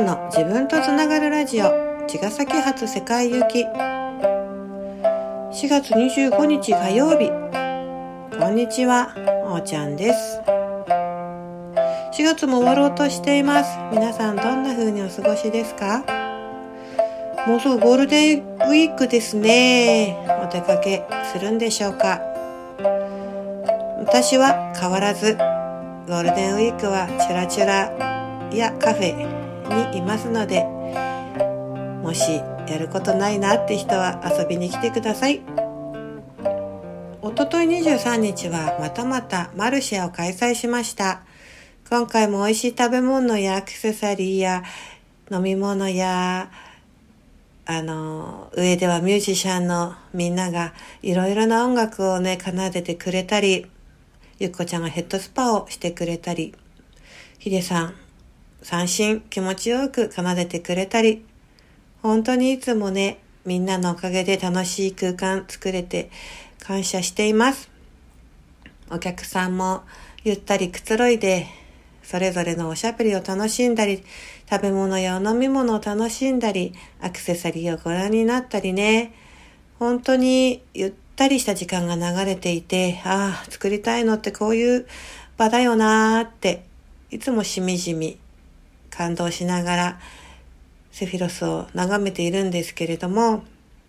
の自分とつながるラジオ、茅ヶ崎発世界行き。4月25日火曜日。こんにちは、おーちゃんです。4月も終わろうとしています。皆さんどんな風にお過ごしですか？もうすぐゴールデンウィークですね。お出かけするんでしょうか？私は変わらずゴールデンウィークはチュラチュラやカフェにいますので、もしやることないなって人は遊びに来てください。おととい23日はまたマルシェを開催しました。今回も美味しい食べ物やアクセサリーや飲み物や上ではミュージシャンのみんながいろいろな音楽をね奏でてくれたり、ゆっこちゃんがヘッドスパをしてくれたり、ヒデさん三振気持ちよく奏でてくれたり、本当にいつもねみんなのおかげで楽しい空間作れて感謝しています。お客さんもゆったりくつろいでそれぞれのおしゃべりを楽しんだり、食べ物やお飲み物を楽しんだり、アクセサリーをご覧になったりね、本当にゆったりした時間が流れていて、作りたいのってこういう場だよなーっていつもしみじみ感動しながらセフィロスを眺めているんですけれども、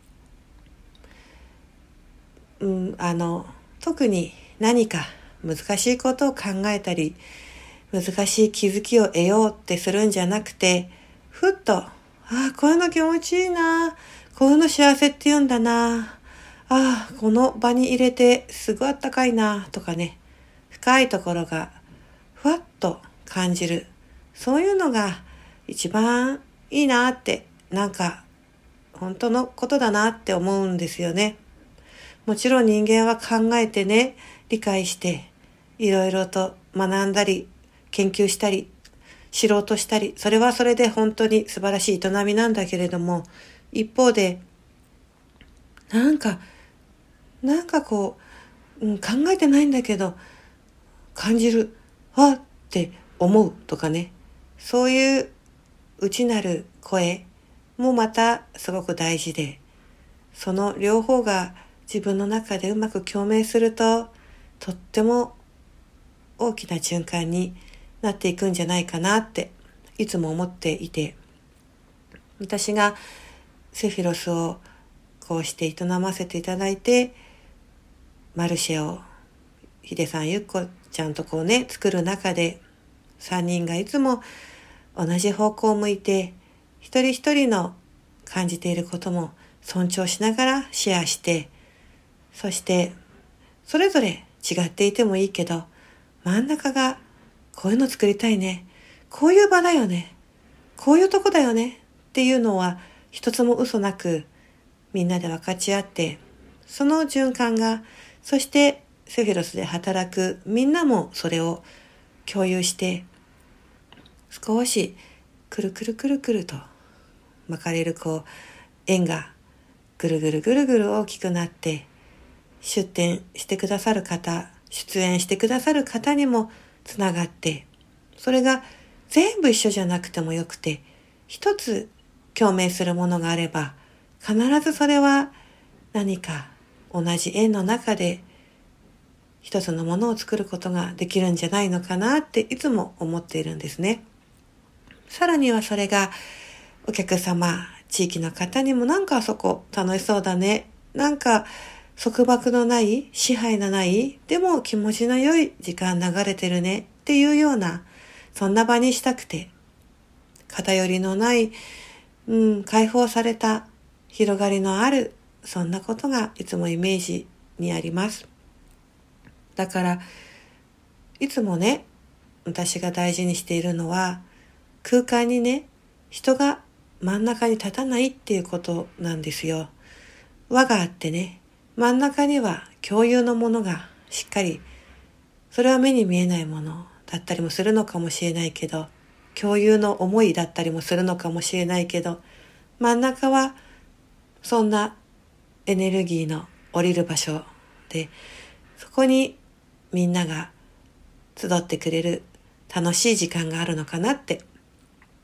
特に何か難しいことを考えたり難しい気づきを得ようってするんじゃなくて、ふっとこういうの気持ちいいな、こういうの幸せって言うんだな、この場に入れてすごいあったかいなとかね、深いところがふわっと感じる、そういうのが一番いいなって、なんか本当のことだなって思うんですよね。もちろん人間は考えてね、理解していろいろと学んだり研究したり知ろうとしたり、それはそれで本当に素晴らしい営みなんだけれども、一方でなんかこう、考えてないんだけど感じる、って思うとかね、そういう内なる声もまたすごく大事で、その両方が自分の中でうまく共鳴すると、とっても大きな循環になっていくんじゃないかなっていつも思っていて、私がセフィロスをこうして営ませていただいて、マルシェをヒデさんゆっこちゃんとこうね作る中で、3人がいつも同じ方向を向いて、一人一人の感じていることも尊重しながらシェアして、そしてそれぞれ違っていてもいいけど、真ん中がこういうの作りたいね、こういう場だよね、こういうとこだよねっていうのは一つも嘘なくみんなで分かち合って、その循環が、そしてセフィロスで働くみんなもそれを共有して、少しくるくるくるくると巻かれる円がぐるぐるぐるぐる大きくなって、出展してくださる方、出演してくださる方にもつながって、それが全部一緒じゃなくてもよくて、一つ共鳴するものがあれば必ずそれは何か同じ円の中で一つのものを作ることができるんじゃないのかなっていつも思っているんですね。さらにはそれがお客様、地域の方にも、なんかあそこ楽しそうだね、なんか束縛のない支配のないでも気持ちの良い時間流れてるねっていうような、そんな場にしたくて、偏りのない、解放された広がりのある、そんなことがいつもイメージにあります。だからいつもね、私が大事にしているのは、空間にね人が真ん中に立たないっていうことなんですよ。輪があってね、真ん中には共有のものがしっかり、それは目に見えないものだったりもするのかもしれないけど、共有の思いだったりもするのかもしれないけど、真ん中はそんなエネルギーの降りる場所で、そこにみんなが集ってくれる楽しい時間があるのかなって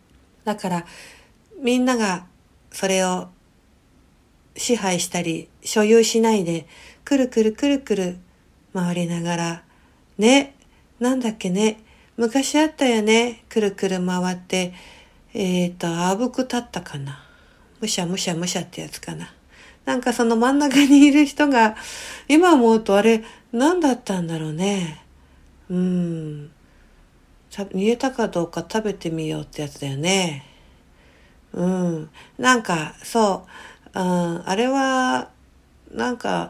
だからみんながそれを支配したり所有しないで、くるくるくるくる回りながら、ね、なんだっけね、昔あったよね、くるくる回って、あぶく立ったかな。むしゃむしゃむしゃってやつかな。なんかその真ん中にいる人が、今思うとあれ、何だったんだろうね。見えたかどうか食べてみようってやつだよね。なんか、そう、あれは、なんか、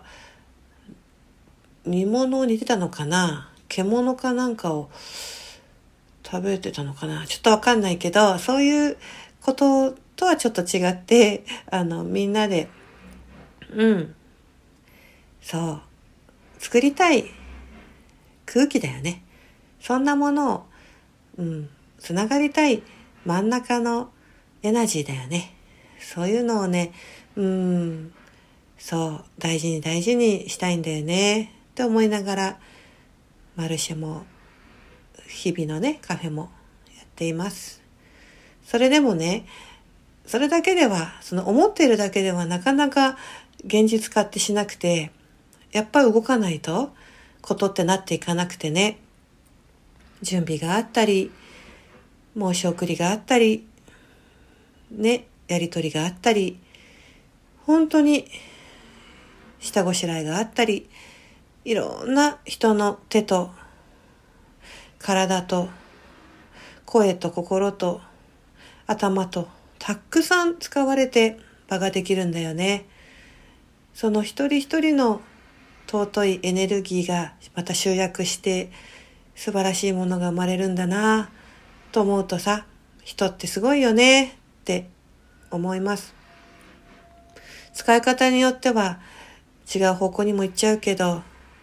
煮物を煮てたのかな、獣かなんかを食べてたのかな、ちょっとわかんないけど、そういうこととはちょっと違って、みんなで、そう、作りたい空気だよね。そんなものを、つながりたい真ん中のエナジーだよね。そういうのをね、そう、大事に大事にしたいんだよね。って思いながら、マルシェも、日々のね、カフェもやっています。それでもね、それだけでは、その思っているだけではなかなか現実化ってしなくて、やっぱり動かないと、ことってなっていかなくてね、準備があったり、申し送りがあったり、ね、やりとりがあったり、本当に下ごしらえがあったり、いろんな人の手と体と声と心と頭とたくさん使われて場ができるんだよね。その一人一人の尊いエネルギーがまた集約して素晴らしいものが生まれるんだなと思うとさ、人ってすごいよねって思います。使い方によっては違う方向にも行っちゃうけど、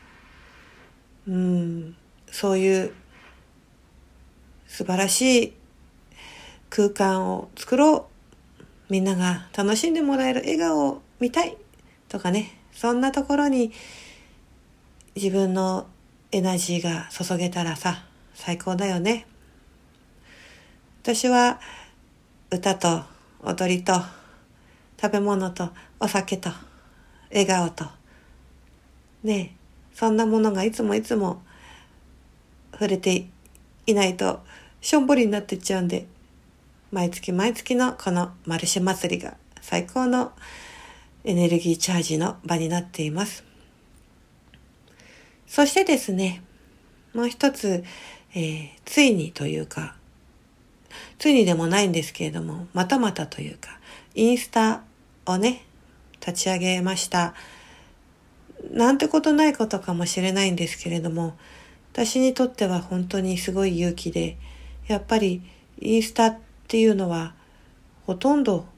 そういう素晴らしい空間を作ろう、みんなが楽しんでもらえる笑顔を見たいとかね、そんなところに自分のエナジーが注げたらさ、最高だよね。私は歌と踊りと食べ物とお酒と笑顔とね、そんなものがいつもいつも触れていないとしょんぼりになってっちゃうんで、毎月毎月のこのマルシェ祭りが最高のエネルギーチャージの場になっています。そしてですね、もう一つ、ついにというか、ついにでもないんですけれども、またまたというか、インスタをね、立ち上げました。なんてことないことかもしれないんですけれども、私にとっては本当にすごい勇気で、やっぱりインスタっていうのはほとんど、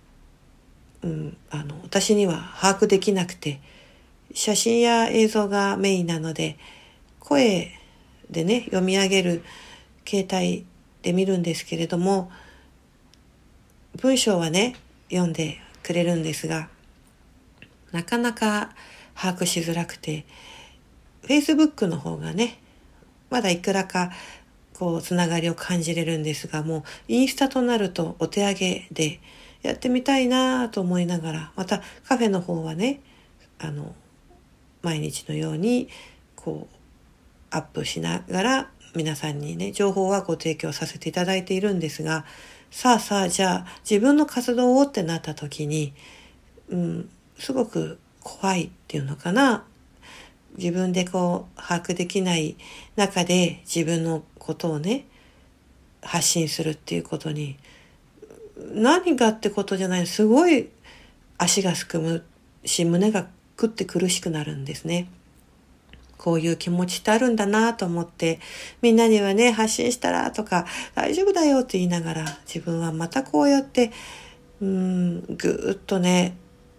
私には把握できなくて、写真や映像がメインなので、声でね、読み上げる携帯で見るんですけれども、文章はね、読んでくれるんですが、なかなか把握しづらくて、Facebook の方がね、まだいくらかこうつながりを感じれるんですが、もうインスタとなるとお手上げでやってみたいなと思いながら、またカフェの方はね、毎日のようにこうアップしながら皆さんにね、情報はご提供させていただいているんですが、さあじゃあ自分の活動をってなった時に、すごく怖いっていうのかな、自分でこう把握できない中で自分のことをね発信するっていうことに、何がってことじゃない、すごい足がすくむし、胸がくって苦しくなるんですね。こういう気持ちってあるんだなと思って、みんなにはね発信したらとか大丈夫だよって言いながら、自分はまたこうやってぐーっとね、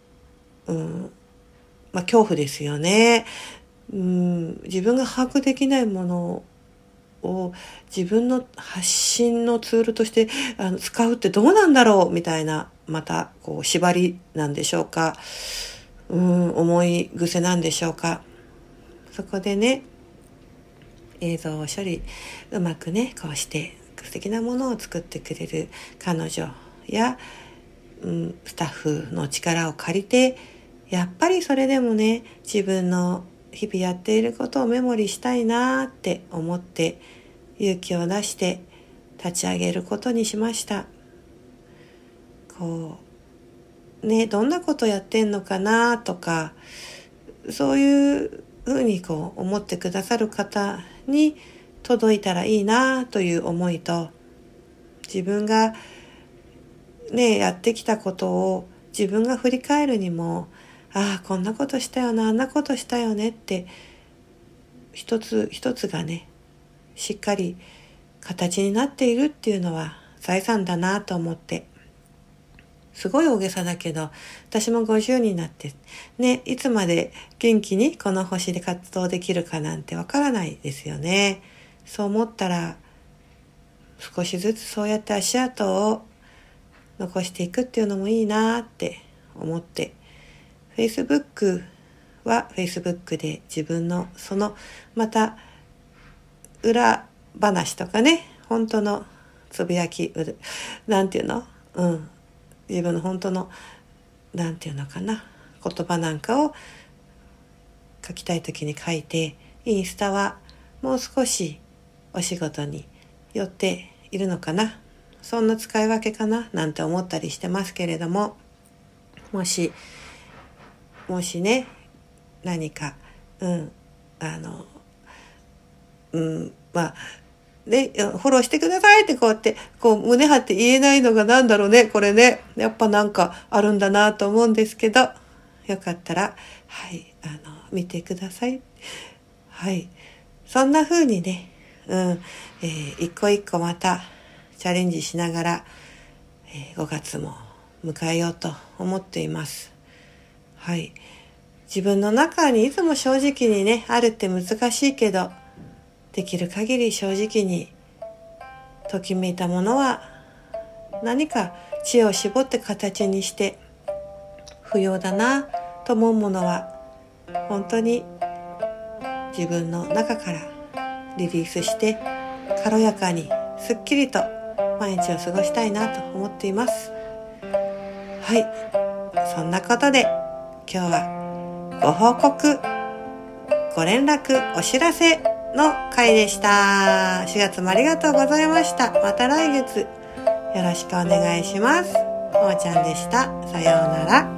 恐怖ですよね。自分が把握できないものを自分の発信のツールとして使うってどうなんだろうみたいな、またこう縛りなんでしょうか、思い癖なんでしょうか。そこでね、映像処理うまくねこうして素敵なものを作ってくれる彼女や、スタッフの力を借りて、やっぱりそれでもね、自分の日々やっていることをメモリしたいなって思って勇気を出して立ち上げることにしました。こうね、どんなことやってんのかなとか、そういうふうに思ってくださる方に届いたらいいなという思いと、自分がね、やってきたことを自分が振り返るにも、こんなことしたよな、あんなことしたよねって一つ一つがね、しっかり形になっているっていうのは財産だなと思って、すごい大げさだけど、私も50になってね、いつまで元気にこの星で活動できるかなんてわからないですよね。そう思ったら、少しずつそうやって足跡を残していくっていうのもいいなって思って、Facebook は Facebook で自分のそのまた裏話とかね、本当のつぶやき、なんていうの、自分の本当のなんていうのかな、言葉なんかを書きたい時に書いて、インスタはもう少しお仕事に寄っているのかな、そんな使い分けかななんて思ったりしてますけれども、もしね、何かね、フォローしてくださいってこうやって胸張って言えないのがなんだろうね、これね、やっぱなんかあるんだなと思うんですけど、よかったら見てください。そんな風にね、一個一個またチャレンジしながら、5月も迎えようと思っています。自分の中にいつも正直にね、あるって難しいけど、できる限り正直にときめいたものは何か知恵を絞って形にして、不要だなと思うものは本当に自分の中からリリースして、軽やかにすっきりと毎日を過ごしたいなと思っています。そんなことで今日はご報告、ご連絡、お知らせの回でした。4月もありがとうございました。また来月よろしくお願いします。おーちゃんでした。さようなら。